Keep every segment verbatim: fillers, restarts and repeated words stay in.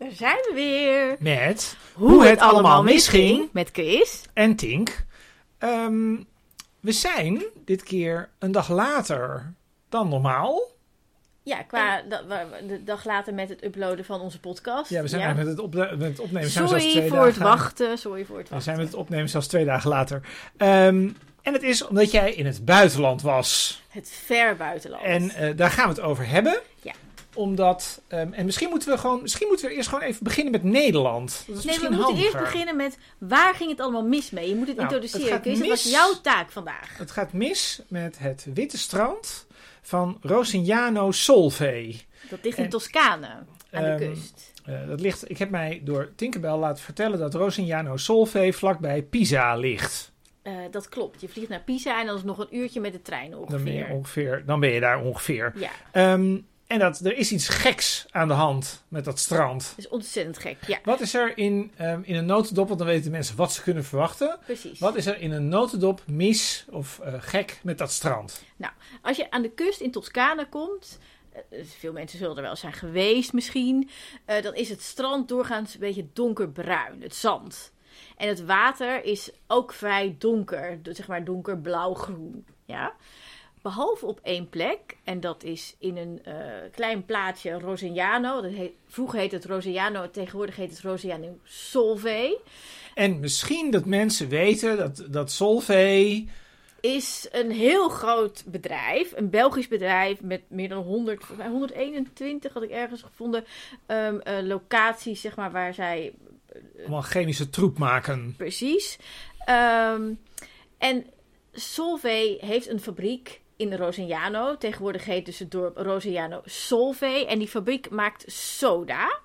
Daar zijn we weer. Met Hoe, Hoe het, het allemaal misging. misging. Met Chris. En Tink. Um, we zijn dit keer een dag later dan normaal. Ja, qua de, de dag later met het uploaden van onze podcast. Ja, we zijn ja. met het, opne- met het opnemen. Sorry zijn we twee voor dagen, het wachten. Sorry voor het wachten. We zijn met het opnemen zelfs twee dagen later. Um, en het is omdat jij in het buitenland was. Het ver buitenland. En uh, daar gaan we het over hebben. Ja. Omdat, um, en misschien moeten we gewoon, misschien moeten we eerst gewoon even beginnen met Nederland. Dat is nee, we handiger. moeten eerst beginnen met waar ging het allemaal mis mee? Je moet het nou, introduceren. Het Chris, mis, dat was jouw taak vandaag. Het gaat mis met het witte strand van Rosignano Solvay. Dat ligt en, in Toscane, aan um, de kust. Uh, dat ligt, ik heb mij door Tinkerbell laten vertellen dat Rosignano Solvay vlakbij Pisa ligt. Uh, dat klopt. Je vliegt naar Pisa en dan is het nog een uurtje met de trein ongeveer. Dan ben je, ongeveer, dan ben je daar ongeveer. Ja. Um, en dat, er is iets geks aan de hand met dat strand. Dat is ontzettend gek, ja. Wat is er in, um, in een notendop, want dan weten mensen wat ze kunnen verwachten. Precies. Wat is er in een notendop mis of uh, gek met dat strand? Nou, als je aan de kust in Toscane komt, uh, veel mensen zullen er wel zijn geweest misschien, uh, dan is het strand doorgaans een beetje donkerbruin, het zand. En het water is ook vrij donker, zeg maar donkerblauw-groen, ja. Behalve op één plek, en dat is in een uh, klein plaatsje Rosignano. Dat heet, vroeger heette het Rosignano, tegenwoordig heet het Rosignano Solvay. En misschien dat mensen weten dat, dat Solvay is een heel groot bedrijf, een Belgisch bedrijf met meer dan honderd, honderdeenentwintig had ik ergens gevonden, um, uh, locaties, zeg maar, waar zij Uh, allemaal chemische troep maken. Precies. Um, en Solvay heeft een fabriek in Rosignano. Tegenwoordig heet dus het dorp Rosignano Solvay. En die fabriek maakt soda.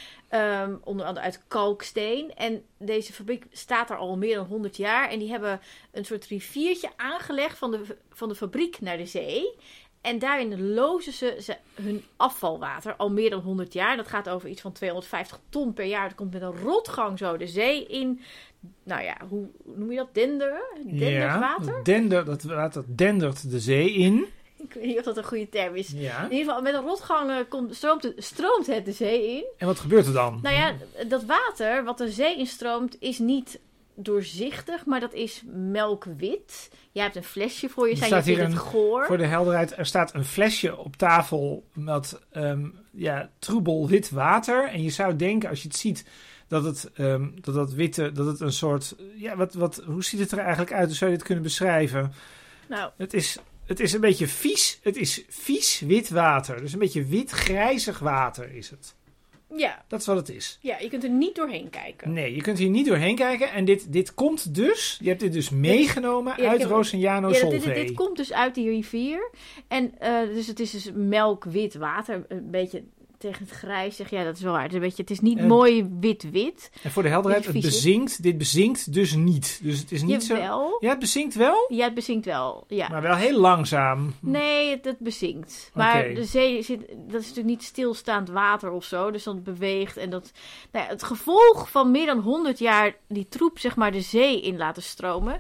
Um, onder andere uit kalksteen. En deze fabriek staat er al meer dan honderd jaar. En die hebben een soort riviertje aangelegd van de, van de fabriek naar de zee. En daarin lozen ze, ze hun afvalwater al meer dan honderd jaar. Dat gaat over iets van tweehonderdvijftig ton per jaar. Dat komt met een rotgang zo de zee in. Nou ja, hoe noem je dat? Denderen? Dendert ja, water? Dender, dat water dendert de zee in. Ik weet niet of dat een goede term is. Ja. In ieder geval, met een rotgang uh, komt, stroomt, het, stroomt het de zee in. En wat gebeurt er dan? Nou ja, dat water wat de zee instroomt is niet doorzichtig, maar dat is melkwit. Jij hebt een flesje voor je, er zijn staat je hier vindt een, het goor. Voor de helderheid, er staat een flesje op tafel met um, ja, troebel wit water. En je zou denken, als je het ziet, dat het, um, dat, dat witte, dat het een soort, ja, wat, wat, hoe ziet het er eigenlijk uit? Hoe zou je dit kunnen beschrijven? Nou, het is, het is een beetje vies, het is vies wit water. Dus een beetje wit-grijzig water is het. Ja. Dat is wat het is. Ja, je kunt er niet doorheen kijken. Nee, je kunt hier niet doorheen kijken. En dit, dit komt dus, je hebt dit dus meegenomen ja, uit heb, Rosignano ja, Solvay. Dit, dit, dit komt dus uit die rivier. En uh, dus het is dus melkwit water. Een beetje tegen het grijs zeg ja, dat is wel waar. Het is, een beetje, het is niet en, mooi wit-wit. En voor de helderheid, het bezinkt, dit bezinkt dus niet. Dus het is niet Jawel. zo... Ja, het bezinkt wel? Ja, het bezinkt wel, ja. Maar wel heel langzaam. Nee, het, het bezinkt. Maar okay. de zee zit, dat is natuurlijk niet stilstaand water of zo. Dus dat beweegt en dat... Nou ja, het gevolg van meer dan honderd jaar die troep, zeg maar, de zee in laten stromen,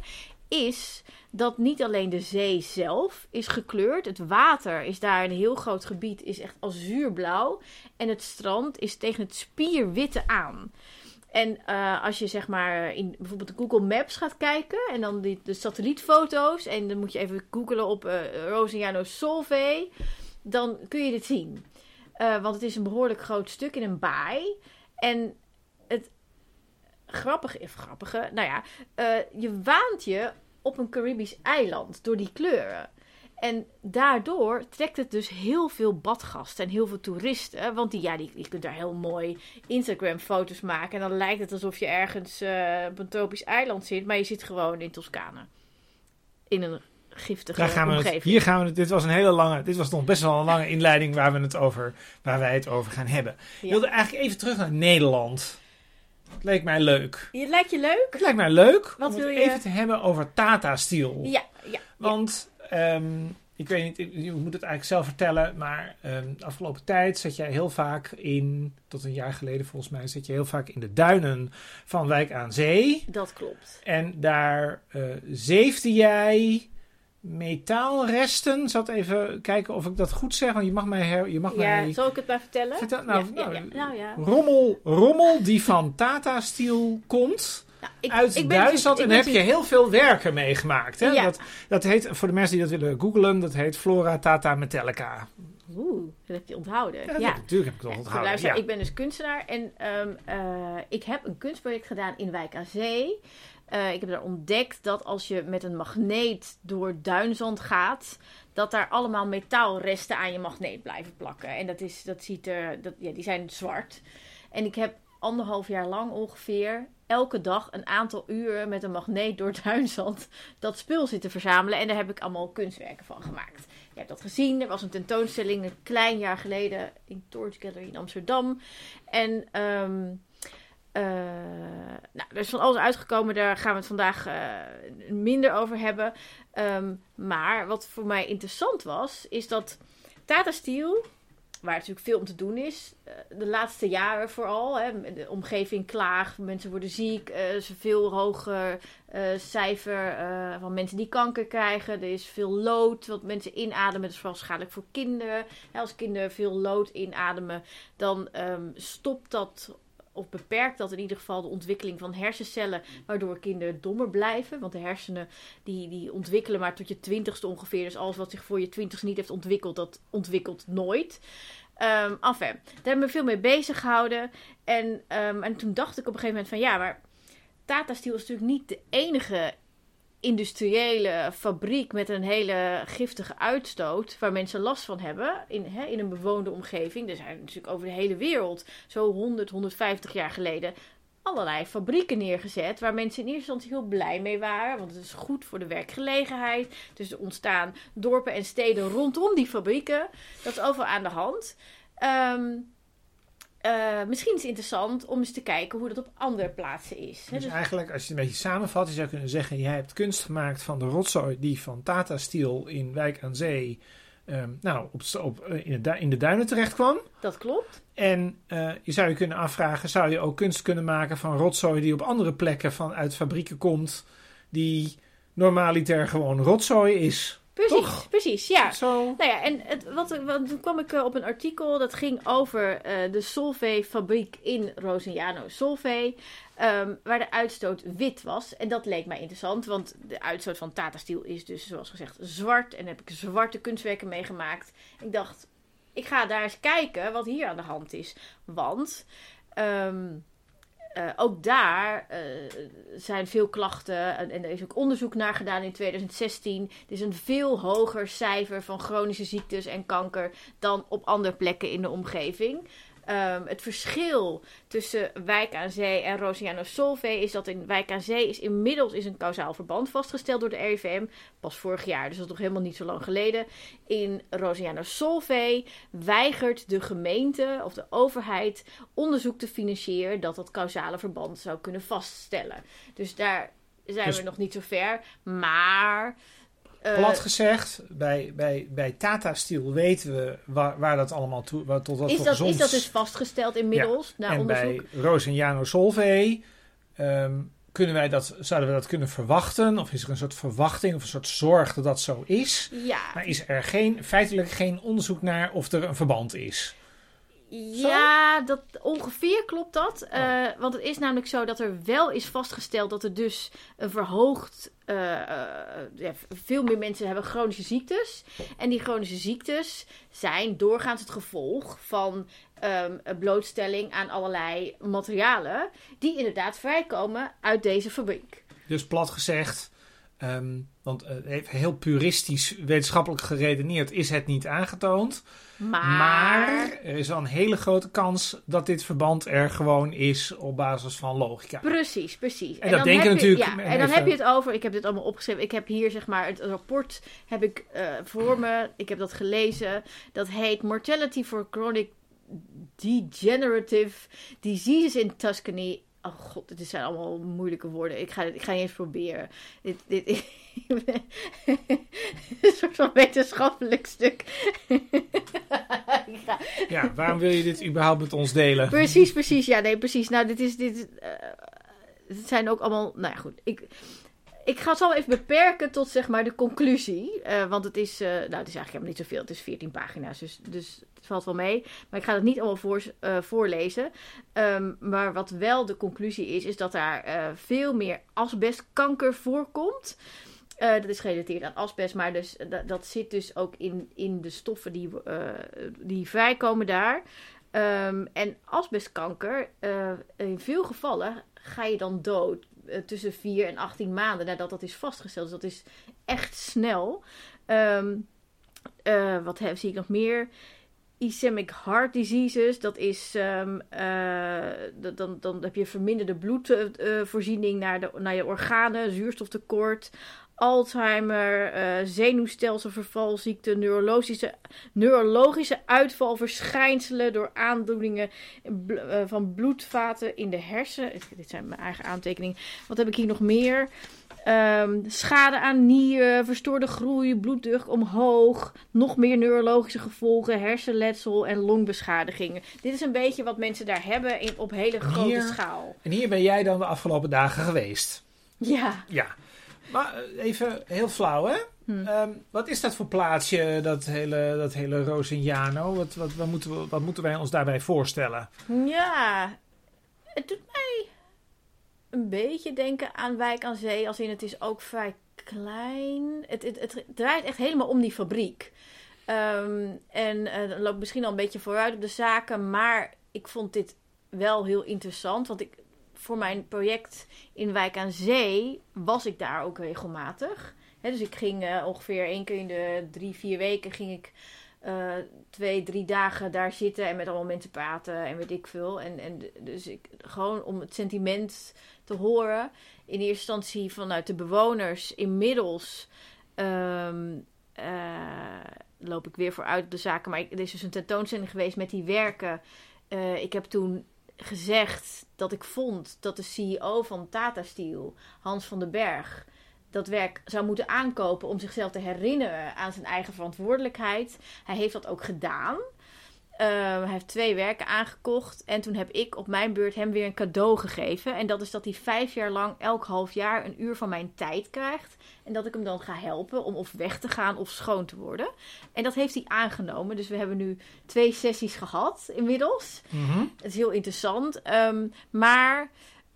is dat niet alleen de zee zelf is gekleurd. Het water is daar een heel groot gebied, is echt azuurblauw. En het strand is tegen het spierwitte aan. En uh, als je zeg maar in bijvoorbeeld de Google Maps gaat kijken en dan die, de satellietfoto's en dan moet je even googlen op uh, Rosignano Solvay, dan kun je dit zien. Uh, want het is een behoorlijk groot stuk in een baai. En het grappige, of grappige, nou ja, uh, je waant je op een Caribisch eiland door die kleuren. En daardoor trekt het dus heel veel badgasten en heel veel toeristen. Want die, ja, die, je kunt daar heel mooi Instagram-foto's maken. En dan lijkt het alsof je ergens uh, op een tropisch eiland zit. Maar je zit gewoon in Toscane. In een giftige daar gaan we omgeving. Het, hier gaan we het, dit was een hele lange, dit was nog best wel een lange inleiding waar, we het over, waar wij het over gaan hebben. Ja. Ik wilde eigenlijk even terug naar Nederland. Het leek mij leuk. Het lijkt je leuk? Het lijkt mij leuk Wat om wil het je? even te hebben over Tata Steel. Ja, ja. Want um, ik weet niet, je moet het eigenlijk zelf vertellen, maar um, de afgelopen tijd zat jij heel vaak in, tot een jaar geleden volgens mij, zat je heel vaak in de duinen van Wijk aan Zee. Dat klopt. En daar uh, zeefde jij metaalresten. Zat even kijken of ik dat goed zeg. Want je mag mij... Her, je mag ja, mij zal ik het maar vertellen? vertel, nou, ja, nou, ja, ja, nou, ja. Rommel, rommel die van Tata Steel komt... Nou, ik, uit ik ben Duitsland. En daar heb je heel veel werken meegemaakt. Hè? Ja. Dat, dat heet, voor de mensen die dat willen googlen, dat heet Flora Tata Metallica. Oeh, dat heb je onthouden. Ja, Ja. natuurlijk heb ik het Ja, onthouden. voor de luisteraar, Ja. Ik ben dus kunstenaar en um, uh, ik heb een kunstproject gedaan in Wijk aan Zee. Uh, ik heb daar ontdekt dat als je met een magneet door duinzand gaat, dat daar allemaal metaalresten aan je magneet blijven plakken. En dat is, dat ziet er, dat, ja, die zijn zwart. En ik heb anderhalf jaar lang ongeveer elke dag een aantal uren met een magneet door duinzand dat spul zitten verzamelen. En daar heb ik allemaal kunstwerken van gemaakt. Je hebt dat gezien. Er was een tentoonstelling een klein jaar geleden in Torch Gallery in Amsterdam. En um, uh, nou, er is van alles uitgekomen. Daar gaan we het vandaag uh, minder over hebben. Um, maar wat voor mij interessant was, is dat Tata Steel, waar natuurlijk veel om te doen is, de laatste jaren vooral. Hè, de omgeving klaagt, mensen worden ziek, er is een veel hoger uh, cijfer uh, van mensen die kanker krijgen. Er is veel lood wat mensen inademen, dat is vooral schadelijk voor kinderen. Ja, als kinderen veel lood inademen, dan um, stopt dat, of beperkt dat in ieder geval de ontwikkeling van hersencellen, waardoor kinderen dommer blijven. Want de hersenen die, die ontwikkelen maar tot je twintigste ongeveer. Dus alles wat zich voor je twintigste niet heeft ontwikkeld, dat ontwikkelt nooit. Um, enfin, daar hebben we veel mee bezig gehouden. En, um, en toen dacht ik op een gegeven moment van ja, maar Tata Steel is natuurlijk niet de enige industriële fabriek met een hele giftige uitstoot waar mensen last van hebben in, hè, in een bewoonde omgeving. Er zijn natuurlijk over de hele wereld zo honderd, honderdvijftig jaar geleden allerlei fabrieken neergezet waar mensen in eerste instantie heel blij mee waren, want het is goed voor de werkgelegenheid. Dus er ontstaan dorpen en steden rondom die fabrieken. Dat is overal aan de hand. Um, Uh, misschien is het interessant om eens te kijken hoe dat op andere plaatsen is. Dus, Hè? Dus eigenlijk, als je het een beetje samenvat, je zou kunnen zeggen, jij hebt kunst gemaakt van de rotzooi die van Tata Steel in Wijk aan Zee um, nou, op, op, in, de du- in de duinen terecht kwam. Dat klopt. En uh, je zou je kunnen afvragen, zou je ook kunst kunnen maken van rotzooi die op andere plekken vanuit fabrieken komt, die normaliter gewoon rotzooi is? Precies, Toch? precies, ja. Zo. Nou ja, en het, wat, wat, toen kwam ik uh, op een artikel dat ging over uh, de Solvay-fabriek in Rosignano Solvay, um, waar de uitstoot wit was. En dat leek mij interessant, want de uitstoot van Tata Steel is dus, zoals gezegd, zwart. En daar heb ik zwarte kunstwerken meegemaakt. Ik dacht, ik ga daar eens kijken wat hier aan de hand is. Want Um, Uh, ook daar uh, zijn veel klachten en, en er is ook onderzoek naar gedaan in twintig zestien. Er is een veel hoger cijfer van chronische ziektes en kanker dan op andere plekken in de omgeving. Um, het verschil tussen Wijk aan Zee en Rosignano Solvay is dat in Wijk aan Zee is inmiddels is een kausaal verband vastgesteld door de R I V M. Pas vorig jaar, dus dat is nog helemaal niet zo lang geleden. In Rosignano Solvay weigert de gemeente of de overheid onderzoek te financieren dat dat kausale verband zou kunnen vaststellen. Dus daar zijn dus, we nog niet zo ver. Maar Uh, Plat gezegd, bij, bij, bij Tata Steel weten we waar, waar dat allemaal toe, waar, tot wat is voor dat, gezond... Is dat dus vastgesteld inmiddels? Ja. Na en onderzoek? bij Rosignano Solvay um, kunnen wij dat, zouden we dat kunnen verwachten? Of is er een soort verwachting of een soort zorg dat dat zo is? Ja. Maar is er geen, feitelijk geen onderzoek naar of er een verband is? Ja, dat, ongeveer klopt dat. Oh. Uh, want het is namelijk zo dat er wel is vastgesteld dat er dus een verhoogd... Uh, uh, ja, veel meer mensen hebben chronische ziektes. En die chronische ziektes zijn doorgaans het gevolg van um, blootstelling aan allerlei materialen die inderdaad vrijkomen uit deze fabriek. Dus plat gezegd, um, want uh, even heel puristisch wetenschappelijk geredeneerd is het niet aangetoond. Maar... maar er is wel een hele grote kans dat dit verband er gewoon is op basis van logica. Precies, precies. En, en dat denken je, natuurlijk... Ja, en dan even... heb je het over... Ik heb dit allemaal opgeschreven. Ik heb hier zeg maar het rapport heb ik uh, voor me. Ik heb dat gelezen. Dat heet Mortality for Chronic Degenerative Diseases in Tuscany. Oh god, dit zijn allemaal moeilijke woorden. Ik ga, ik ga niet eens proberen. Dit, dit, een soort van wetenschappelijk stuk. ga... Ja, waarom wil je dit überhaupt met ons delen? Precies, precies. Ja, nee, precies. Nou, dit is... Dit, uh, het zijn ook allemaal... Nou ja, goed. Ik, ik ga het zo even beperken tot zeg maar de conclusie. Uh, want het is, uh, nou, het is eigenlijk helemaal niet zoveel. Het is veertien pagina's, dus, dus het valt wel mee. Maar ik ga het niet allemaal voor, uh, voorlezen. Um, maar wat wel de conclusie is, is dat daar uh, veel meer asbestkanker voorkomt. Uh, dat is gerelateerd aan asbest, maar dus, uh, dat, dat zit dus ook in, in de stoffen die, uh, die vrijkomen daar. Um, en asbestkanker, uh, in veel gevallen ga je dan dood uh, tussen vier en achttien maanden nadat dat is vastgesteld. Dus dat is echt snel. Um, uh, wat heb, zie ik nog meer? Ischemic heart diseases, dat is, um, uh, dan, dan heb je verminderde bloedvoorziening uh, naar, de, naar je organen, zuurstoftekort, Alzheimer, uh, zenuwstelselvervalziekte, neurologische, neurologische uitvalverschijnselen door aandoeningen bl- uh, van bloedvaten in de hersenen. Dit zijn mijn eigen aantekeningen. Wat heb ik hier nog meer? Um, schade aan nieren, verstoorde groei, bloeddruk omhoog, nog meer neurologische gevolgen, hersenletsel en longbeschadigingen. Dit is een beetje wat mensen daar hebben in, op hele grote hier, schaal. En hier ben jij dan de afgelopen dagen geweest? Ja. Ja. Maar even heel flauw, hè? Hm. Um, wat is dat voor plaatsje, dat hele, dat hele Rosignano? Wat, wat, wat, moeten we, wat moeten wij ons daarbij voorstellen? Ja, het doet mij een beetje denken aan Wijk aan Zee. Als in het is ook vrij klein. Het, het, het draait echt helemaal om die fabriek. Um, en uh, dat loopt misschien al een beetje vooruit op de zaken. Maar ik vond dit wel heel interessant. Want ik... Voor mijn project in Wijk aan Zee was ik daar ook regelmatig. He, dus ik ging uh, ongeveer één keer in de drie, vier weken ging ik uh, twee, drie dagen daar zitten en met allemaal mensen praten en weet ik veel. En, en dus ik, gewoon om het sentiment te horen. In eerste instantie vanuit de bewoners. Inmiddels um, uh, loop ik weer vooruit op de zaken. Maar ik, er is dus een tentoonstelling geweest met die werken. Uh, ik heb toen gezegd dat ik vond dat de C E O van Tata Steel, Hans van den Berg, dat werk zou moeten aankopen om zichzelf te herinneren aan zijn eigen verantwoordelijkheid. Hij heeft dat ook gedaan. Uh, hij heeft twee werken aangekocht. En toen heb ik op mijn beurt hem weer een cadeau gegeven. En dat is dat hij vijf jaar lang elk half jaar een uur van mijn tijd krijgt. En dat ik hem dan ga helpen om of weg te gaan of schoon te worden. En dat heeft hij aangenomen. Dus we hebben nu twee sessies gehad inmiddels. Mm-hmm. Het is heel interessant. Um, maar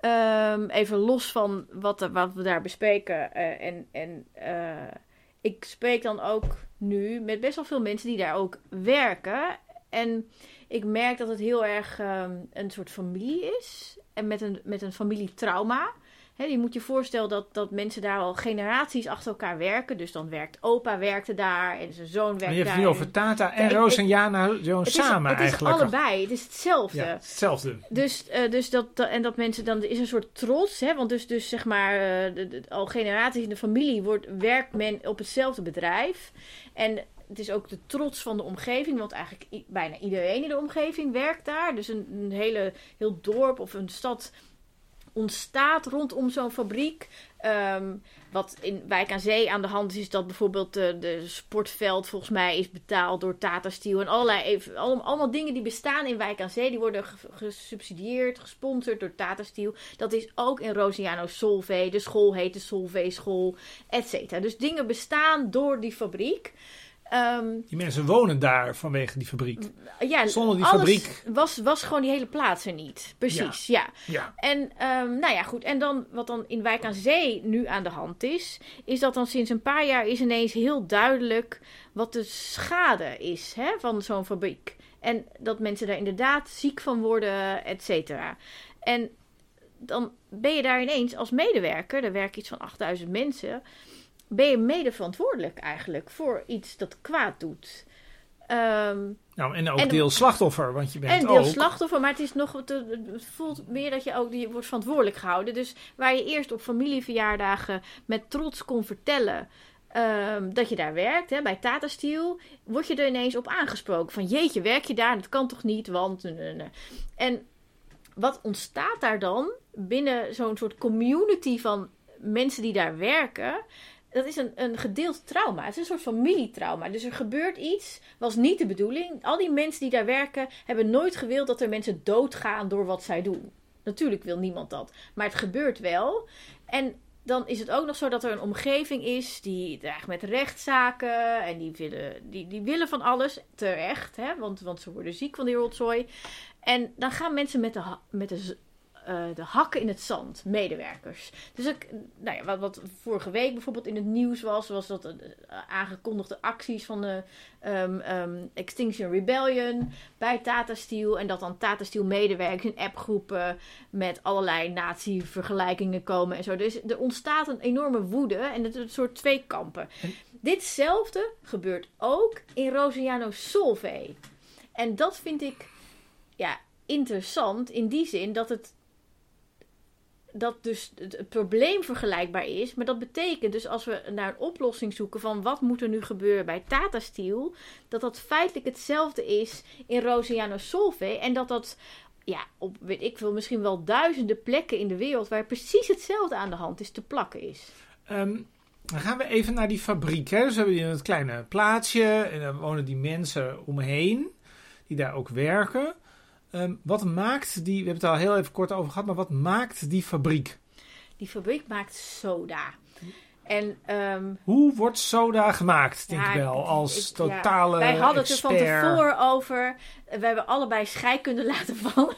um, even los van wat, wat we daar bespreken. Uh, en en uh, ik spreek dan ook nu met best wel veel mensen die daar ook werken. En ik merk dat het heel erg um, een soort familie is. En met een, met een familietrauma. He, je moet je voorstellen dat, dat mensen daar al generaties achter elkaar werken. Dus dan werkt opa werkte daar en zijn zoon werkt daar. Je hebt het nu over Tata en Roos en Jana zo samen het eigenlijk. Het is allebei, het is hetzelfde. Ja, hetzelfde. Dus, uh, dus dat, dat, en dat mensen dan, er is een soort trots. Hè, want dus, dus zeg maar, uh, de, de, al generaties in de familie wordt, werkt men op hetzelfde bedrijf. En het is ook de trots van de omgeving, want eigenlijk i- bijna iedereen in de omgeving werkt daar. Dus een, een hele heel dorp of een stad ontstaat rondom zo'n fabriek. Um, wat in Wijk aan Zee aan de hand is, is dat bijvoorbeeld de, de sportveld volgens mij is betaald door Tata Steel. En allerlei, even, allemaal, allemaal dingen die bestaan in Wijk aan Zee, die worden gesubsidieerd, gesponsord door Tata Steel. Dat is ook in Rosignano Solvay. De school heet de Solvay School, et cetera. Dus dingen bestaan door die fabriek. Um, die mensen wonen daar vanwege die fabriek. Ja, zonder die alles fabriek was, was gewoon die hele plaats er niet. Precies, ja. ja. ja. En um, nou ja, goed. En dan wat dan in Wijk aan Zee nu aan de hand is, is dat dan sinds een paar jaar is ineens heel duidelijk wat de schade is, hè, van zo'n fabriek. En dat mensen daar inderdaad ziek van worden, et cetera. En dan ben je daar ineens als medewerker, er werken iets van achtduizend mensen, ben je mede verantwoordelijk eigenlijk voor iets dat kwaad doet. Um, nou, en ook en, deel slachtoffer, want je bent en deel ook... slachtoffer, maar het is nog, het voelt meer dat je ook je wordt verantwoordelijk gehouden. Dus waar je eerst op familieverjaardagen met trots kon vertellen um, dat je daar werkt, hè, bij Tata Steel, word je er ineens op aangesproken. Van jeetje, werk je daar? Dat kan toch niet, want... En wat ontstaat daar dan binnen zo'n soort community van mensen die daar werken? Dat is een, een gedeeld trauma. Het is een soort familietrauma. Dus er gebeurt iets, was niet de bedoeling. Al die mensen die daar werken, hebben nooit gewild dat er mensen doodgaan door wat zij doen. Natuurlijk wil niemand dat. Maar het gebeurt wel. En dan is het ook nog zo dat er een omgeving is die dreigt met rechtszaken. En die willen, die, die willen van alles. Terecht, hè? Want, want ze worden ziek van die rotzooi. En dan gaan mensen met de, met de, uh, de hakken in het zand, medewerkers. Dus ik, nou ja, wat, wat vorige week bijvoorbeeld in het nieuws was, was dat uh, aangekondigde acties van de um, um, Extinction Rebellion bij Tata Steel. En dat dan Tata Steel medewerkers in appgroepen met allerlei nazi-vergelijkingen komen en zo. Dus er ontstaat een enorme woede en het is een soort twee kampen. En ditzelfde gebeurt ook in Rosiano Solvay. En dat vind ik ja, interessant in die zin dat het dat dus het, het probleem vergelijkbaar is. Maar dat betekent dus als we naar een oplossing zoeken van wat moet er nu gebeuren bij Tata Steel, dat dat feitelijk hetzelfde is in Rosiano Solvay. En dat dat ja, op weet ik veel, misschien wel duizenden plekken in de wereld waar precies hetzelfde aan de hand is, te plakken is. Um, dan gaan we even naar die fabriek. Hè? Dus we hebben hier het kleine plaatsje en daar wonen die mensen omheen die daar ook werken. Um, wat maakt die, we hebben het al heel even kort over gehad, maar wat maakt die fabriek? Die fabriek maakt soda. En, um, hoe wordt soda gemaakt, denk ja, ik wel, als ik, totale ja, wij hadden expert. het er van tevoren over. We hebben allebei scheikunde laten vallen.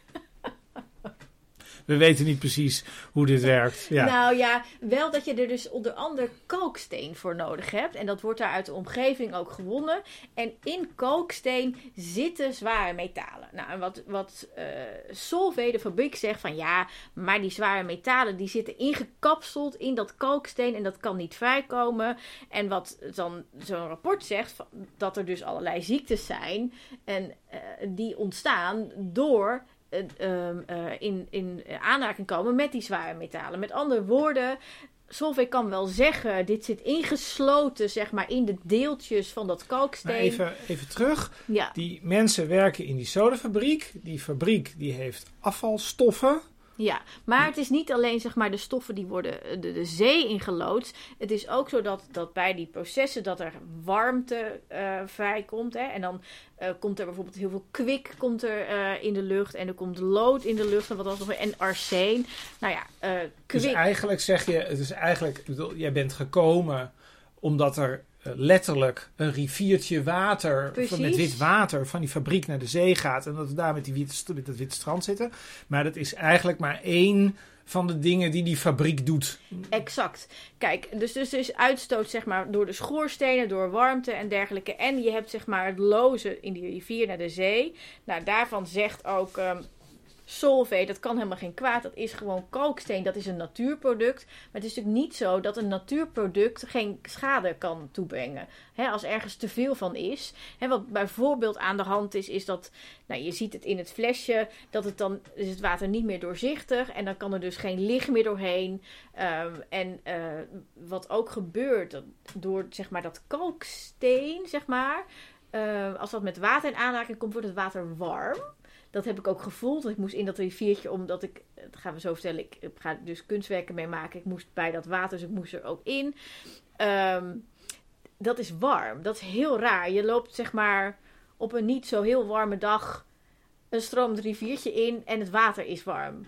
We weten niet precies hoe dit werkt. Ja. Nou ja, wel dat je er dus onder andere kalksteen voor nodig hebt. En dat wordt daar uit de omgeving ook gewonnen. En in kalksteen zitten zware metalen. Nou, en wat, wat uh, Solvay, de fabriek, zegt van ja, maar die zware metalen die zitten ingekapseld in dat kalksteen en dat kan niet vrijkomen. En wat dan zo'n rapport zegt, dat er dus allerlei ziektes zijn en uh, die ontstaan door Uh, uh, in, in aanraking komen met die zware metalen. Met andere woorden, Solvay kan wel zeggen, dit zit ingesloten zeg maar in de deeltjes van dat kalksteen. Maar even, even terug. Ja. Die mensen werken in die sodafabriek. Die fabriek die heeft afvalstoffen. Ja, maar het is niet alleen zeg maar de stoffen die worden de, de zee ingeloodst. Het is ook zo dat, dat bij die processen dat er warmte uh, vrijkomt. Hè? En dan uh, komt er bijvoorbeeld heel veel kwik komt er, uh, in de lucht. En er komt lood in de lucht en wat was nog en arsen. Nou ja, uh, kwik. Dus eigenlijk zeg je, het is eigenlijk, ik bedoel, jij bent gekomen omdat er letterlijk een riviertje water van, met wit water van die fabriek naar de zee gaat. En dat we daar met, die witte, met dat witte strand zitten. Maar dat is eigenlijk maar één van de dingen die die fabriek doet. Exact. Kijk, dus, dus er is uitstoot zeg maar door de schoorstenen, door warmte en dergelijke. En je hebt zeg maar het lozen in die rivier naar de zee. Nou, daarvan zegt ook Um, Solvay, dat kan helemaal geen kwaad. Dat is gewoon kalksteen. Dat is een natuurproduct. Maar het is natuurlijk niet zo dat een natuurproduct geen schade kan toebrengen. He, als ergens te veel van is. He, wat bijvoorbeeld aan de hand is, is dat nou, je ziet het in het flesje, dat het dan is het water niet meer doorzichtig. En dan kan er dus geen licht meer doorheen. Um, en uh, wat ook gebeurt, dat door zeg maar dat kalksteen, zeg maar, uh, als dat met water in aanraking komt, wordt het water warm. Dat heb ik ook gevoeld. Want ik moest in dat riviertje, omdat ik, dat gaan we zo vertellen, ik ga dus kunstwerken mee maken. Ik moest bij dat water, dus ik moest er ook in. Um, dat is warm. Dat is heel raar. Je loopt zeg maar op een niet zo heel warme dag een stromend riviertje in en het water is warm.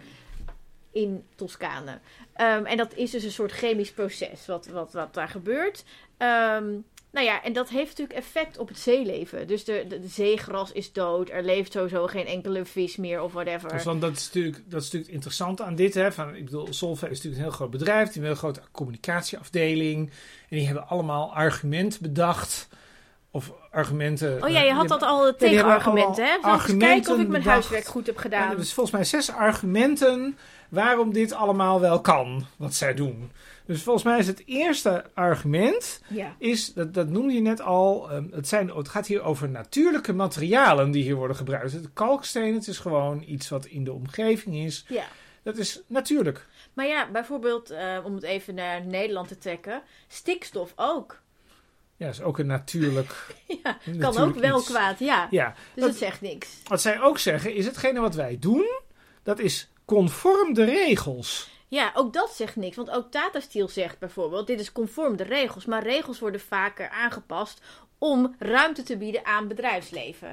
In Toscane. Um, en dat is dus een soort chemisch proces wat, wat, wat daar gebeurt. Um, Nou ja, en dat heeft natuurlijk effect op het zeeleven. Dus de, de, de zeegras is dood. Er leeft sowieso geen enkele vis meer of whatever. Dus dan, dat, is natuurlijk, dat is natuurlijk interessant aan dit. Hè? Van, ik bedoel, Solvay is natuurlijk een heel groot bedrijf. Die hebben een hele grote communicatieafdeling. En die hebben allemaal argument bedacht. Of argumenten. Oh ja, je had dat al ja, tegenargumenten, hè? Zal ik eens kijken of ik mijn huiswerk goed heb gedaan. Ja, dus volgens mij zes argumenten waarom dit allemaal wel kan, wat zij doen. Dus volgens mij is het eerste argument, ja. is, dat, dat noemde je net al, um, het, zijn, het gaat hier over natuurlijke materialen die hier worden gebruikt. Het kalksteen, het is gewoon iets wat in de omgeving is. Ja. Dat is natuurlijk. Maar ja, bijvoorbeeld, uh, om het even naar Nederland te trekken, stikstof ook. Ja, dat is ook een natuurlijk. ja, kan ook wel iets. Kwaad, ja. ja. Dus dat, het zegt niks. Wat zij ook zeggen, is hetgene wat wij doen, dat is conform de regels. Ja, ook dat zegt niks. Want ook Tata Steel zegt bijvoorbeeld, dit is conform de regels. Maar regels worden vaker aangepast om ruimte te bieden aan bedrijfsleven.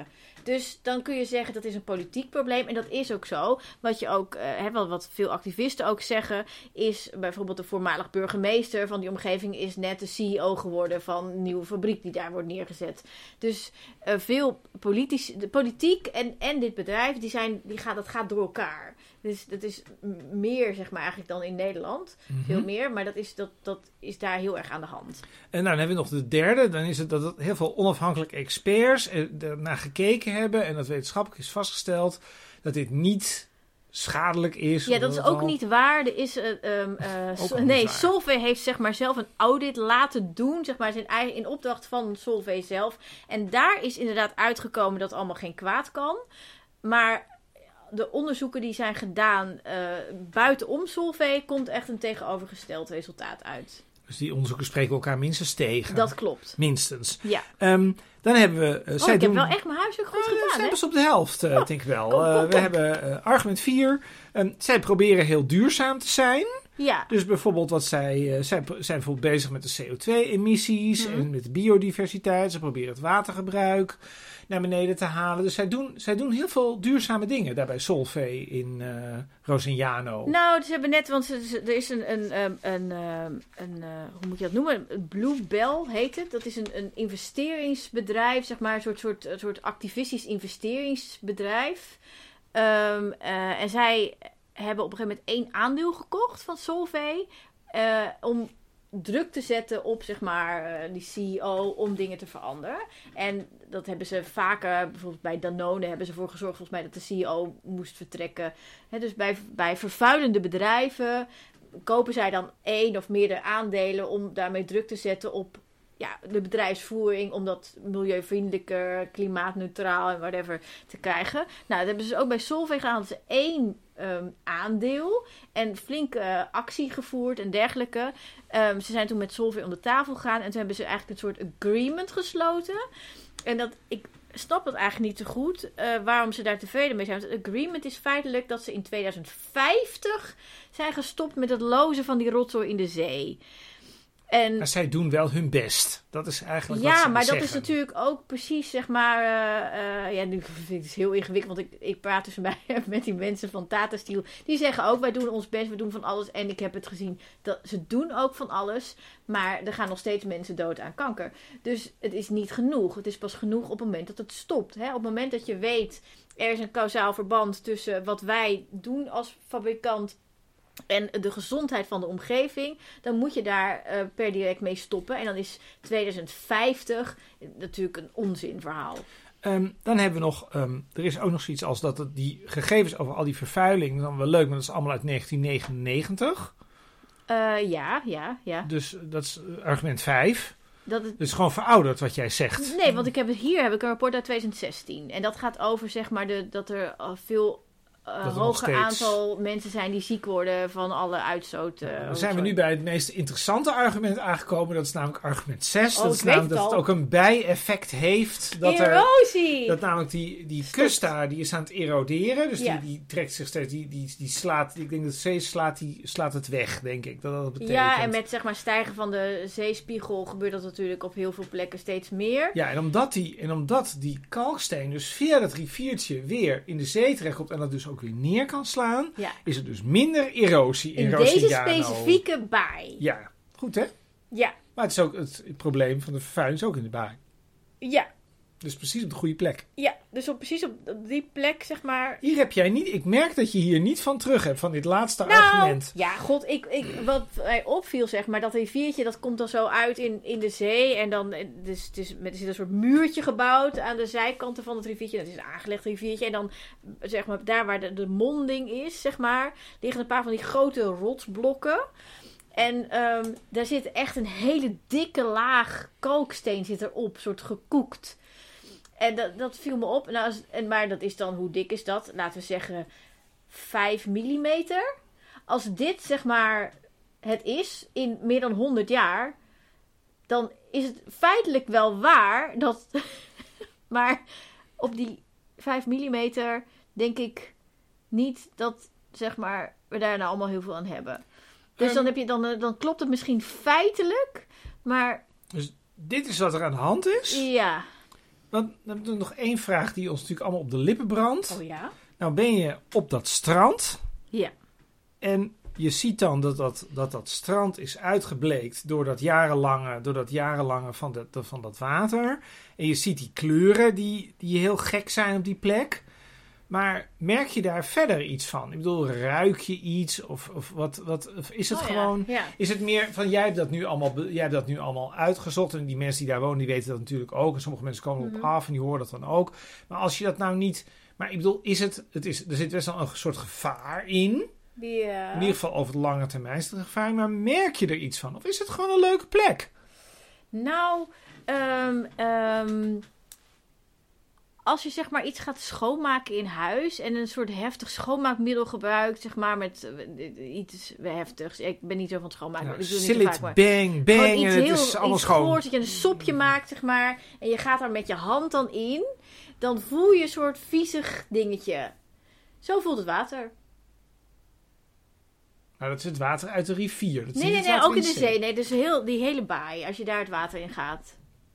Dus dan kun je zeggen dat is een politiek probleem. En dat is ook zo. Wat je ook, uh, hè, wat, wat veel activisten ook zeggen, is bijvoorbeeld de voormalig burgemeester van die omgeving is net de C E O geworden van een nieuwe fabriek die daar wordt neergezet. Dus uh, veel politici, de politiek en, en dit bedrijf, die zijn, die gaat, dat gaat door elkaar. Dus dat is meer, zeg maar, eigenlijk dan in Nederland. Mm-hmm. Veel meer, maar dat is, dat, dat is daar heel erg aan de hand. En nou, dan hebben we nog de derde. Dan is het dat heel veel onafhankelijke experts er naar gekeken hebben en dat wetenschappelijk is vastgesteld dat dit niet schadelijk is. Ja, dat is ook al... niet waar. Er is, uh, um, uh, so, nee, Solvay heeft zeg maar zelf een audit laten doen, zeg maar zijn eigen, in opdracht van Solvay zelf. En daar is inderdaad uitgekomen dat allemaal geen kwaad kan. Maar de onderzoeken die zijn gedaan uh, buitenom Solvay komt echt een tegenovergesteld resultaat uit. Dus die onderzoeken spreken elkaar minstens tegen. Dat klopt. Minstens. Ja. Um, dan hebben we... Uh, oh, zij ik doen... heb wel echt mijn huiswerk goed uh, gedaan, Zij hè? hebben ze op de helft, uh, oh, denk ik wel. Kom, kom, kom. Uh, we hebben uh, argument vier. Um, zij proberen heel duurzaam te zijn. Ja. Dus bijvoorbeeld wat zij... Uh, zij zijn bijvoorbeeld bezig met de C O twee emissies Mm-hmm. en met de biodiversiteit. Ze proberen het watergebruik naar beneden te halen. Dus zij doen, zij doen heel veel duurzame dingen daar bij Solvay in uh, Rosignano. Nou, ze hebben net, want ze, ze, er is een, een, een, een, een uh, hoe moet je dat noemen? Blue Bell heet het. Dat is een, een investeringsbedrijf, zeg maar, een soort, soort, een soort activistisch investeringsbedrijf. Um, uh, en zij hebben op een gegeven moment één aandeel gekocht van Solvay uh, om druk te zetten op, zeg maar, uh, die C E O om dingen te veranderen. En dat hebben ze vaker, bijvoorbeeld bij Danone hebben ze ervoor gezorgd, volgens mij, dat de C E O moest vertrekken. He, dus bij, bij vervuilende bedrijven kopen zij dan één of meerdere aandelen om daarmee druk te zetten op ja, de bedrijfsvoering, om dat milieuvriendelijker, klimaatneutraal en whatever te krijgen. Nou, dat hebben ze ook bij Solvay gedaan. Dat ze één um, aandeel en flinke uh, actie gevoerd en dergelijke. Um, ze zijn toen met Solvay om de tafel gegaan en toen hebben ze eigenlijk een soort agreement gesloten. En dat, ik snap het eigenlijk niet zo goed uh, waarom ze daar tevreden mee zijn. Want het agreement is feitelijk dat ze in tweeduizend vijftig zijn gestopt met het lozen van die rotzooi in de zee. En, maar zij doen wel hun best. Dat is eigenlijk ja, wat ze maar zeggen. dat is natuurlijk ook precies, zeg maar... Uh, uh, ja, nu vind ik het heel ingewikkeld, want ik, ik praat dus bij, met die mensen van Tata Steel. Die zeggen ook, wij doen ons best, we doen van alles. En ik heb het gezien, dat ze doen ook van alles. Maar er gaan nog steeds mensen dood aan kanker. Dus het is niet genoeg. Het is pas genoeg op het moment dat het stopt. Hè? Op het moment dat je weet, er is een kausaal verband tussen wat wij doen als fabrikant en de gezondheid van de omgeving, dan moet je daar uh, per direct mee stoppen. En dan is tweeduizend vijftig natuurlijk een onzinverhaal. Um, dan hebben we nog, um, er is ook nog zoiets als dat het, die gegevens over al die vervuiling, dat is dan wel leuk, maar dat is allemaal uit negentien negenennegentig. Uh, ja, ja, ja. Dus dat is argument vijf. Dat het dus gewoon verouderd wat jij zegt. Nee, want ik heb het, hier heb ik een rapport uit tweeduizend zestien. En dat gaat over, zeg maar, de, dat er uh, veel Uh, hoger steeds... aantal mensen zijn die ziek worden van alle uitstoot. Uh, dan zijn we nu bij het meest interessante argument aangekomen. Dat is namelijk argument zes. Oh, dat is namelijk dat het, het ook een bijeffect heeft. Dat Erosie! Er, dat namelijk die, die kust daar, die is aan het eroderen. Dus ja. die, die trekt zich steeds, die, die, die slaat, ik denk dat de zee slaat, die slaat het weg, denk ik. Dat dat betekent. Ja, en met zeg maar stijgen van de zeespiegel gebeurt dat natuurlijk op heel veel plekken steeds meer. Ja, en omdat die, en omdat die kalksteen dus via dat riviertje weer in de zee terechtkomt en dat dus ook weer neer kan slaan, ja. is er dus minder erosie in, in Rosignano. Deze specifieke baai. Ja, goed hè? Ja. Maar het is ook het, het probleem van de vervuiling is ook in de baai. Ja. Dus precies op de goede plek. Ja, dus op, precies op die plek, zeg maar. Hier heb jij niet, ik merk dat je hier niet van terug hebt, van dit laatste nou, argument. Ja, god, ik, ik, wat mij opviel, zeg maar, dat riviertje, dat komt dan zo uit in, in de zee. En dan, dus, het is, er zit een soort muurtje gebouwd aan de zijkanten van het riviertje. Dat is een aangelegd riviertje. En dan, zeg maar, daar waar de, de monding is, zeg maar, liggen een paar van die grote rotsblokken. En um, daar zit echt een hele dikke laag kalksteen zit erop, soort gekoekt. En dat, dat viel me op. Nou, als, en, maar dat is dan, hoe dik is dat? Laten we zeggen vijf millimeter. Als dit, zeg maar, het is in meer dan honderd jaar, dan is het feitelijk wel waar dat... maar op die vijf millimeter denk ik niet dat, zeg maar, we daar nou allemaal heel veel aan hebben. Dus um, dan, heb je, dan, dan klopt het misschien feitelijk, maar... Dus dit is wat er aan de hand is? Ja. dan, dan heb ik nog één vraag die ons natuurlijk allemaal op de lippen brandt. Oh ja? Nou ben je op dat strand. Ja. En je ziet dan dat dat, dat dat strand is uitgebleekt door dat jarenlange, door dat jarenlange van, dat, van dat water. En je ziet die kleuren die, die heel gek zijn op die plek. Maar merk je daar verder iets van? Ik bedoel, ruik je iets? Of, of, wat, wat, of is het Oh, gewoon... Ja. Ja. Is het meer van, jij hebt, dat nu allemaal, jij hebt dat nu allemaal uitgezocht. En die mensen die daar wonen, die weten dat natuurlijk ook. En sommige mensen komen Mm-hmm. op af en die horen dat dan ook. Maar als je dat nou niet... Maar ik bedoel, is het, het is, er zit best wel een soort gevaar in. Die, uh... In ieder geval over de lange termijn is het een gevaar. Maar merk je er iets van? Of is het gewoon een leuke plek? Nou, um, um, als je zeg maar iets gaat schoonmaken in huis en een soort heftig schoonmaakmiddel gebruikt, zeg maar met uh, iets heftigs. Ik ben niet zo van het schoonmaken. Nou, ik doe het Silit, niet zo vaak, maar bang, bang. gewoon iets En het heel is allemaal iets schoon. goors, dat je een sopje maakt, zeg maar, en je gaat daar met je hand dan in, dan voel je een soort viezig dingetje. Zo voelt het water. Nou, dat is het water uit de rivier. Dat is Nee, niet nee, het nee, water ook in de zee. Nee, dus heel, die hele baai, als je daar het water in gaat.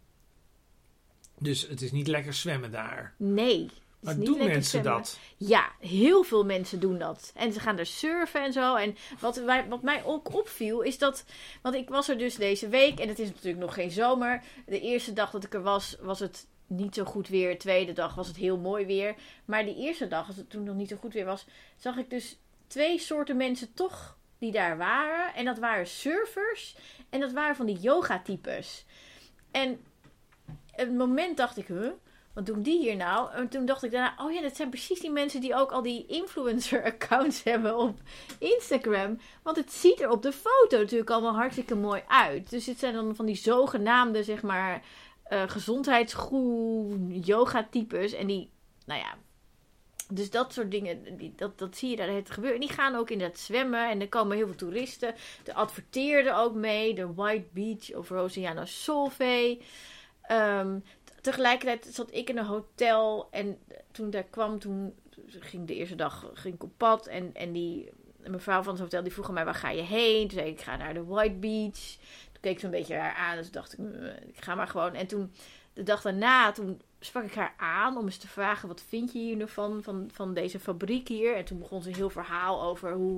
Dus het is niet lekker zwemmen daar. Nee. Maar niet doen lekker mensen zwemmen. dat? Ja, heel veel mensen doen dat. En ze gaan er surfen en zo. En wat, wij, wat mij ook opviel is dat... Want ik was er dus deze week en het is natuurlijk nog geen zomer. De eerste dag dat ik er was, was het niet zo goed weer. De tweede dag was het heel mooi weer. Maar die eerste dag, als het toen nog niet zo goed weer was, zag ik dus twee soorten mensen toch die daar waren. En dat waren surfers en dat waren van die yoga-types. En op het moment dacht ik, huh? Wat doen die hier nou? En toen dacht ik daarna, oh ja, dat zijn precies die mensen die ook al die influencer-accounts hebben op Instagram. Want het ziet er op de foto natuurlijk allemaal hartstikke mooi uit. Dus het zijn dan van die zogenaamde, zeg maar, uh, gezondheidsgoe yoga-types. En die, nou ja, dus dat soort dingen, die, dat, dat zie je daar het gebeuren. En die gaan ook inderdaad zwemmen en er komen heel veel toeristen. De adverteerden ook mee, de White Beach of Rosiano Solvay. Um, Tegelijkertijd zat ik in een hotel en toen daar kwam, toen ging de eerste dag ging ik op pad en, en die mevrouw van het hotel die vroeg aan mij, waar ga je heen? Toen zei ik, ik ga naar de White Beach. Toen keek ze een beetje haar aan, dus dacht ik, ik ga maar gewoon. En toen, de dag daarna, toen sprak ik haar aan om eens te vragen, wat vind je hier nu van, van, van deze fabriek hier? En toen begon ze een heel verhaal over hoe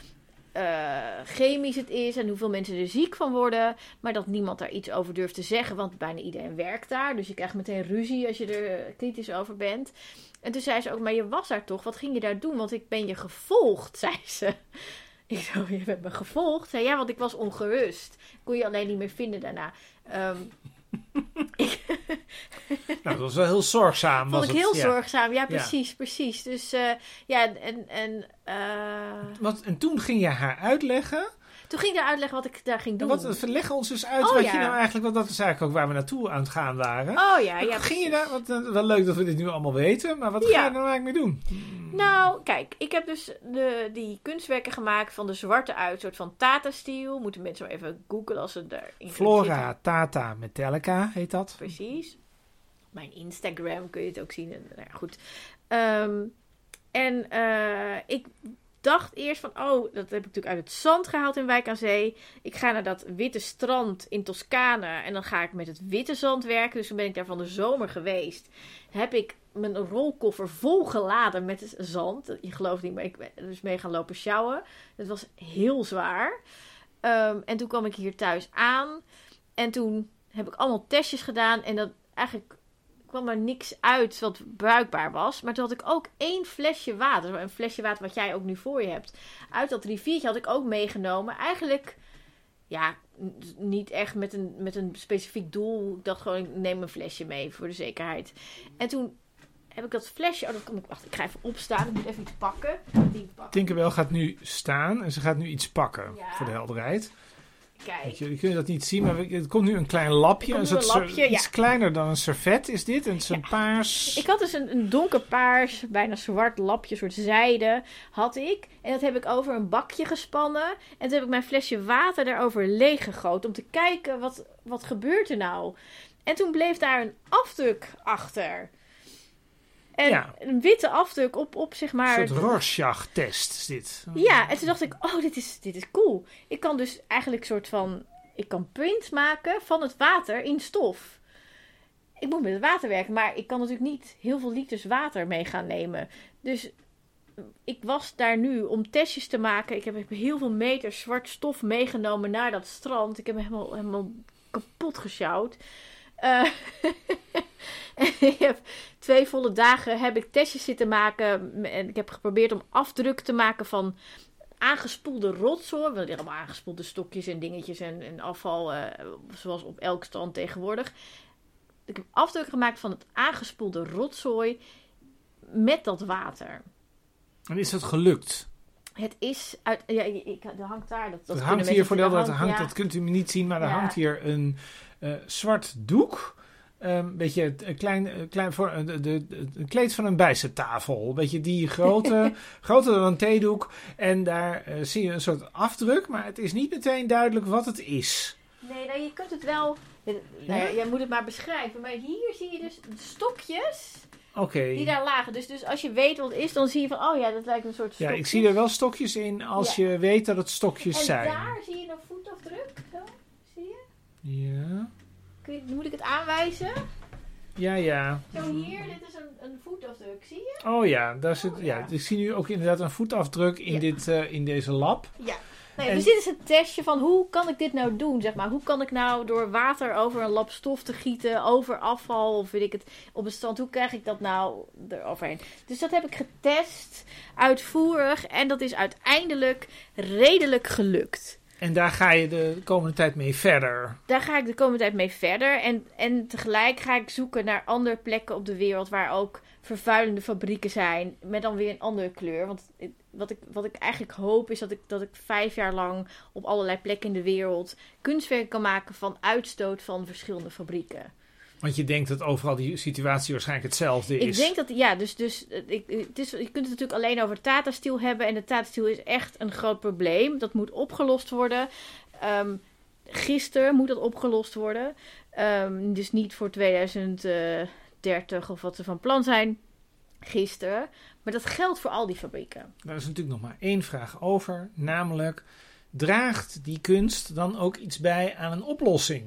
Uh, chemisch het is en hoeveel mensen er ziek van worden, maar dat niemand daar iets over durft te zeggen, want bijna iedereen werkt daar, dus je krijgt meteen ruzie als je er kritisch over bent. En toen zei ze ook, maar je was daar toch, wat ging je daar doen, want ik ben je gevolgd, zei ze. Ik zo, je bent me gevolgd? Zei ja, want ik was ongerust, kon je alleen niet meer vinden daarna. Um, ik nou, dat was wel heel zorgzaam. Vond was ik het? heel ja. zorgzaam, ja, precies, ja. precies. Dus uh, ja, en... en uh... Wat, en toen ging je haar uitleggen... Toen ging ik haar uitleggen wat ik daar ging doen. Wat, verleg ons dus uit oh, wat ja. je nou eigenlijk... Want dat is eigenlijk ook waar we naartoe aan het gaan waren. Oh ja, ja. Ging je daar... Wat, wel leuk dat we dit nu allemaal weten. Maar wat ja. ga je er nou eigenlijk mee doen? Nou, kijk. Ik heb dus de, die kunstwerken gemaakt van de zwarte uit. soort van Tata-stiel. Moeten mensen maar even googlen als ze daarin Flora zitten. Tata Metallica heet dat. Precies. Op mijn Instagram kun je het ook zien. En, nou ja, goed. Um, en uh, ik... dacht eerst van, oh, dat heb ik natuurlijk uit het zand gehaald in Wijk aan Zee. Ik ga naar dat witte strand in Toscane en dan ga ik met het witte zand werken. Dus toen ben ik daar van de zomer geweest. Heb ik mijn rolkoffer vol geladen met zand. Je gelooft niet, maar ik ben dus mee gaan lopen sjouwen. Dat was heel zwaar. Um, en toen kwam ik hier thuis aan. En toen heb ik allemaal testjes gedaan en dat eigenlijk... kwam er niks uit wat bruikbaar was. Maar toen had ik ook één flesje water. Een flesje water wat jij ook nu voor je hebt. Uit dat riviertje had ik ook meegenomen. Eigenlijk, ja, niet echt met een, met een specifiek doel. Ik dacht gewoon, ik neem een flesje mee voor de zekerheid. En toen heb ik dat flesje... Oh, dat kan ik... Wacht, ik ga even opstaan. Ik moet even iets pakken. Die pakken. Tinkerbell gaat nu staan en ze gaat nu iets pakken. Ja. Voor de helderheid. Kijk. Je, je kunt dat niet zien, maar er komt nu een klein lapje. Er Een komt soort een lapje, ser, ja. Iets kleiner dan een servet is dit. En het is een Ja. paars... Ik had dus een, een donkerpaars, bijna zwart lapje, een soort zijde had ik. En dat heb ik over een bakje gespannen. En toen heb ik mijn flesje water daarover leeg gegoten. Om te kijken, wat, wat gebeurt er nou? En toen bleef daar een afdruk achter. En Ja. een witte afdruk op, op zeg maar... Een soort Rorschach-test is dit. Ja, en toen dacht ik, oh, dit is, dit is cool. Ik kan dus eigenlijk soort van... Ik kan print maken van het water in stof. ik moet met het water werken, maar ik kan natuurlijk niet heel veel liters water mee gaan nemen. Dus ik was daar nu om testjes te maken. Ik heb heel veel meters zwart stof meegenomen naar dat strand. Ik heb me helemaal, helemaal kapot gesjouwd. Uh, en ik heb twee volle dagen heb ik testjes zitten maken. En ik heb geprobeerd om afdruk te maken van aangespoelde rotzooi. Want allemaal aangespoelde stokjes en dingetjes en, en afval. Uh, zoals op elk strand tegenwoordig. Ik heb afdruk gemaakt van het aangespoelde rotzooi met dat water. En is dat gelukt? Het is uit. Ja, ik, er hangt daar. Dat, dat er hangt hier voor dat, dat, hangt, ja. dat kunt u me niet zien, maar er ja. hangt hier een uh, zwart doek. Een um, beetje een klein, klein voor uh, de, de, de, een kleed van een bijzettafel. Een beetje die grote, groter dan een theedoek. En daar uh, zie je een soort afdruk, maar het is niet meteen duidelijk wat het is. Nee, nou, je kunt het wel. Nou ja, jij moet het maar beschrijven. Maar hier zie je dus stokjes. Okay. Die daar lagen. Dus, dus als je weet wat het is, dan zie je van, oh ja, dat lijkt een soort stokjes. Ja, ik zie er wel stokjes in als ja. je weet dat het stokjes en zijn. En daar zie je een voetafdruk. Zo, zie je? Ja. Kun je, moet ik het aanwijzen? Ja, ja. Zo hier, dit is een, een voetafdruk, zie je? Oh ja, daar zit, oh, ja. ja. Ik zie nu ook inderdaad een voetafdruk in, ja. dit, uh, in deze lab. Ja. Nee, en... Dus dit is een testje van hoe kan ik dit nou doen, zeg maar. Hoe kan ik nou door water over een lap stof te gieten, over afval of weet ik het, op een strand, hoe krijg ik dat nou eroverheen? Dus dat heb ik getest, uitvoerig, en dat is uiteindelijk redelijk gelukt. En daar ga je de komende tijd mee verder? Daar ga ik de komende tijd mee verder. En, en tegelijk ga ik zoeken naar andere plekken op de wereld waar ook vervuilende fabrieken zijn. Met dan weer een andere kleur. Want wat ik, wat ik eigenlijk hoop is dat ik, dat ik vijf jaar lang op allerlei plekken in de wereld kunstwerken kan maken van uitstoot van verschillende fabrieken. Want je denkt dat overal die situatie waarschijnlijk hetzelfde is. Ik denk dat, ja, dus, dus ik, het is, je kunt het natuurlijk alleen over Tata Steel hebben. En de Tata Steel is echt een groot probleem. Dat moet opgelost worden. Um, gisteren moet dat opgelost worden. Um, dus niet voor tweeduizend dertig of wat ze van plan zijn. Gisteren. Maar dat geldt voor al die fabrieken. Daar is natuurlijk nog maar één vraag over. Namelijk, draagt die kunst dan ook iets bij aan een oplossing?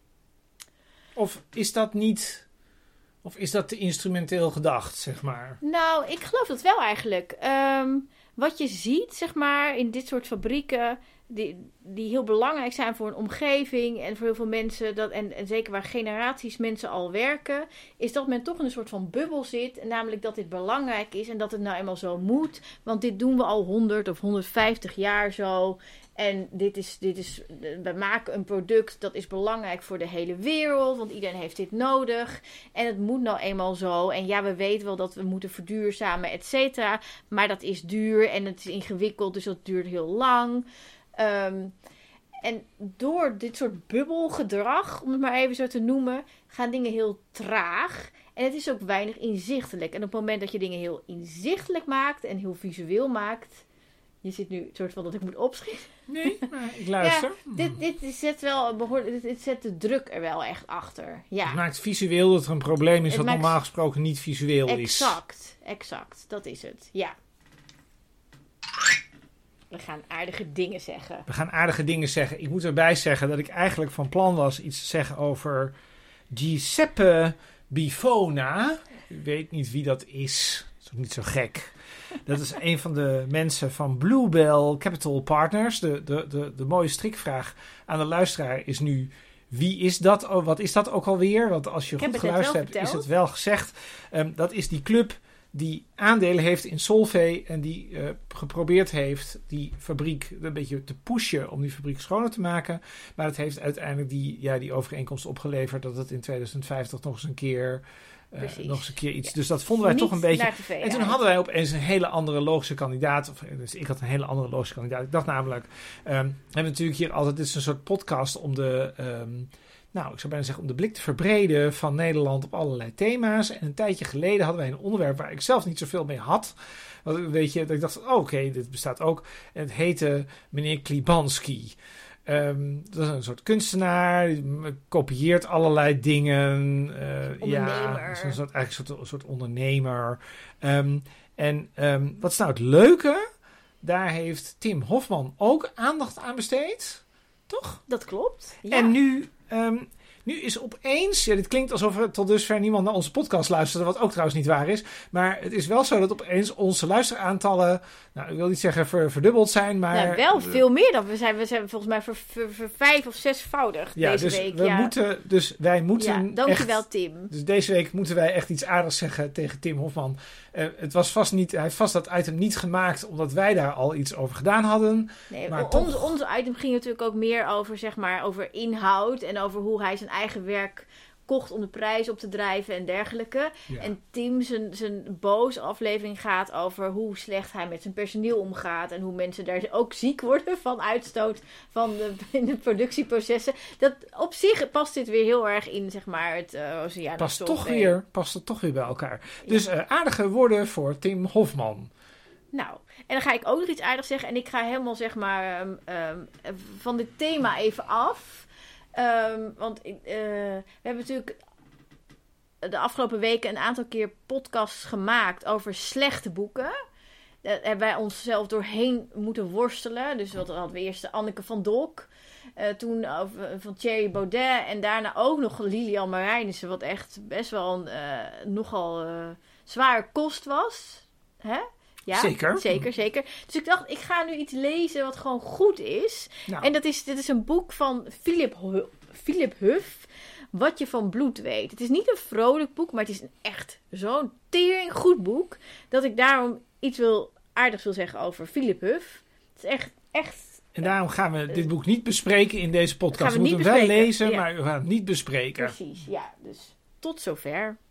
Of is dat niet... Of is dat te instrumenteel gedacht, zeg maar? Nou, ik geloof dat wel eigenlijk. Um, wat je ziet, zeg maar, in dit soort fabrieken... Die, die heel belangrijk zijn voor een omgeving en voor heel veel mensen... Dat, en, en zeker waar generaties mensen al werken... is dat men toch in een soort van bubbel zit. Namelijk dat dit belangrijk is en dat het nou eenmaal zo moet. Want dit doen we al honderd of honderdvijftig jaar zo... En dit is, dit is, we maken een product dat is belangrijk voor de hele wereld. Want iedereen heeft dit nodig. En het moet nou eenmaal zo. En ja, we weten wel dat we moeten verduurzamen, et cetera. Maar dat is duur en het is ingewikkeld. Dus dat duurt heel lang. Um, en door dit soort bubbelgedrag, om het maar even zo te noemen, gaan dingen heel traag. En het is ook weinig inzichtelijk. En op het moment dat je dingen heel inzichtelijk maakt en heel visueel maakt... Je zit nu het soort van dat ik moet opschieten. Nee, maar ik luister. Ja, dit, dit zet wel behoorlijk, dit, dit zet de druk er wel echt achter. Ja. Het maakt visueel dat er een probleem is het wat maakt... normaal gesproken niet visueel exact, is. Exact, exact. Dat is het. Ja. We gaan aardige dingen zeggen. We gaan aardige dingen zeggen. Ik moet erbij zeggen dat ik eigenlijk van plan was iets te zeggen over Giuseppe Bifona. U weet niet wie dat is. Dat is ook niet zo gek. Dat is een van de mensen van Bluebell Capital Partners. De, de, de, de mooie strikvraag aan de luisteraar is nu... Wie is dat? Oh, wat is dat ook alweer? Want als je Ik goed heb geluisterd hebt, verteld. is het wel gezegd. Um, dat is die club die aandelen heeft in Solvay... en die uh, geprobeerd heeft die fabriek een beetje te pushen... om die fabriek schoner te maken. Maar het heeft uiteindelijk die, ja, die overeenkomst opgeleverd... dat het in tweeduizend vijftig nog eens een keer... Uh, nog eens een keer iets. Ja. Dus dat vonden wij Niet toch een beetje... T V, en toen hadden wij opeens een hele andere logische kandidaat. Of, dus ik had een hele andere logische kandidaat. Ik dacht namelijk... Um, we hebben natuurlijk hier altijd... Dit is een soort podcast om de... Um, nou, ik zou bijna zeggen om de blik te verbreden van Nederland op allerlei thema's. En een tijdje geleden hadden wij een onderwerp waar ik zelf niet zoveel mee had. Want, weet je, dat ik dacht, oh, oké, okay, dit bestaat ook. En het heette meneer Klibanski. Um, dat is een soort kunstenaar, die kopieert allerlei dingen. Uh, ja, is een soort, eigenlijk een soort, een soort ondernemer. Um, en um, wat is nou het leuke? Daar heeft Tim Hofman ook aandacht aan besteed. Toch? Dat klopt. Ja. En nu, um, Nu is opeens, ja, dit klinkt alsof er tot dusver niemand naar onze podcast luisterde, wat ook trouwens niet waar is. Maar het is wel zo dat opeens onze luisteraantallen, nou, ik wil niet zeggen ver, verdubbeld zijn, maar... Ja, wel veel meer dan. We zijn, we zijn volgens mij ver, ver, ver vijf of zesvoudig ja, deze dus week. We ja, moeten, dus wij moeten ja, dankjewel echt, Tim. Dus deze week moeten wij echt iets aardigs zeggen tegen Tim Hofman. Uh, het was vast niet, hij heeft vast dat item niet gemaakt omdat wij daar al iets over gedaan hadden. Nee, maar ons, toch... Onze item ging natuurlijk ook meer over, zeg maar, over inhoud en over hoe hij zijn eigen werk kocht om de prijs op te drijven en dergelijke. Ja. En Tim zijn, zijn boos aflevering gaat over hoe slecht hij met zijn personeel omgaat en hoe mensen daar ook ziek worden van uitstoot van de, in de productieprocessen. Dat op zich past dit weer heel erg in, zeg maar, het uh, oceaan. Past toch weer, past het toch weer bij elkaar. Ja. Dus uh, aardige woorden voor Tim Hofman. Nou, en dan ga ik ook nog iets aardigs zeggen. En ik ga helemaal, zeg maar, um, um, van dit thema even af. Um, want uh, we hebben natuurlijk de afgelopen weken een aantal keer podcasts gemaakt over slechte boeken. Daar hebben wij onszelf doorheen moeten worstelen. Dus wat hadden we eerst Anneke van Dolk. Uh, toen over, van Thierry Baudet. En daarna ook nog Lilian Marijnissen. Wat echt best wel een uh, nogal uh, zware kost was. Hè? Ja, zeker. Zeker, zeker. Dus ik dacht, ik ga nu iets lezen wat gewoon goed is. Nou. En dat is, dit is een boek van Philip, Hu- Philip Huff. Wat je van bloed weet. Het is niet een vrolijk boek, maar het is een echt zo'n tering goed boek. Dat ik daarom iets wil, aardigs wil zeggen over Philip Huff. Het is echt, echt... En daarom gaan we dit boek niet bespreken in deze podcast. We, we moeten hem wel lezen, ja. Maar we gaan het niet bespreken. Precies, ja. Dus tot zover.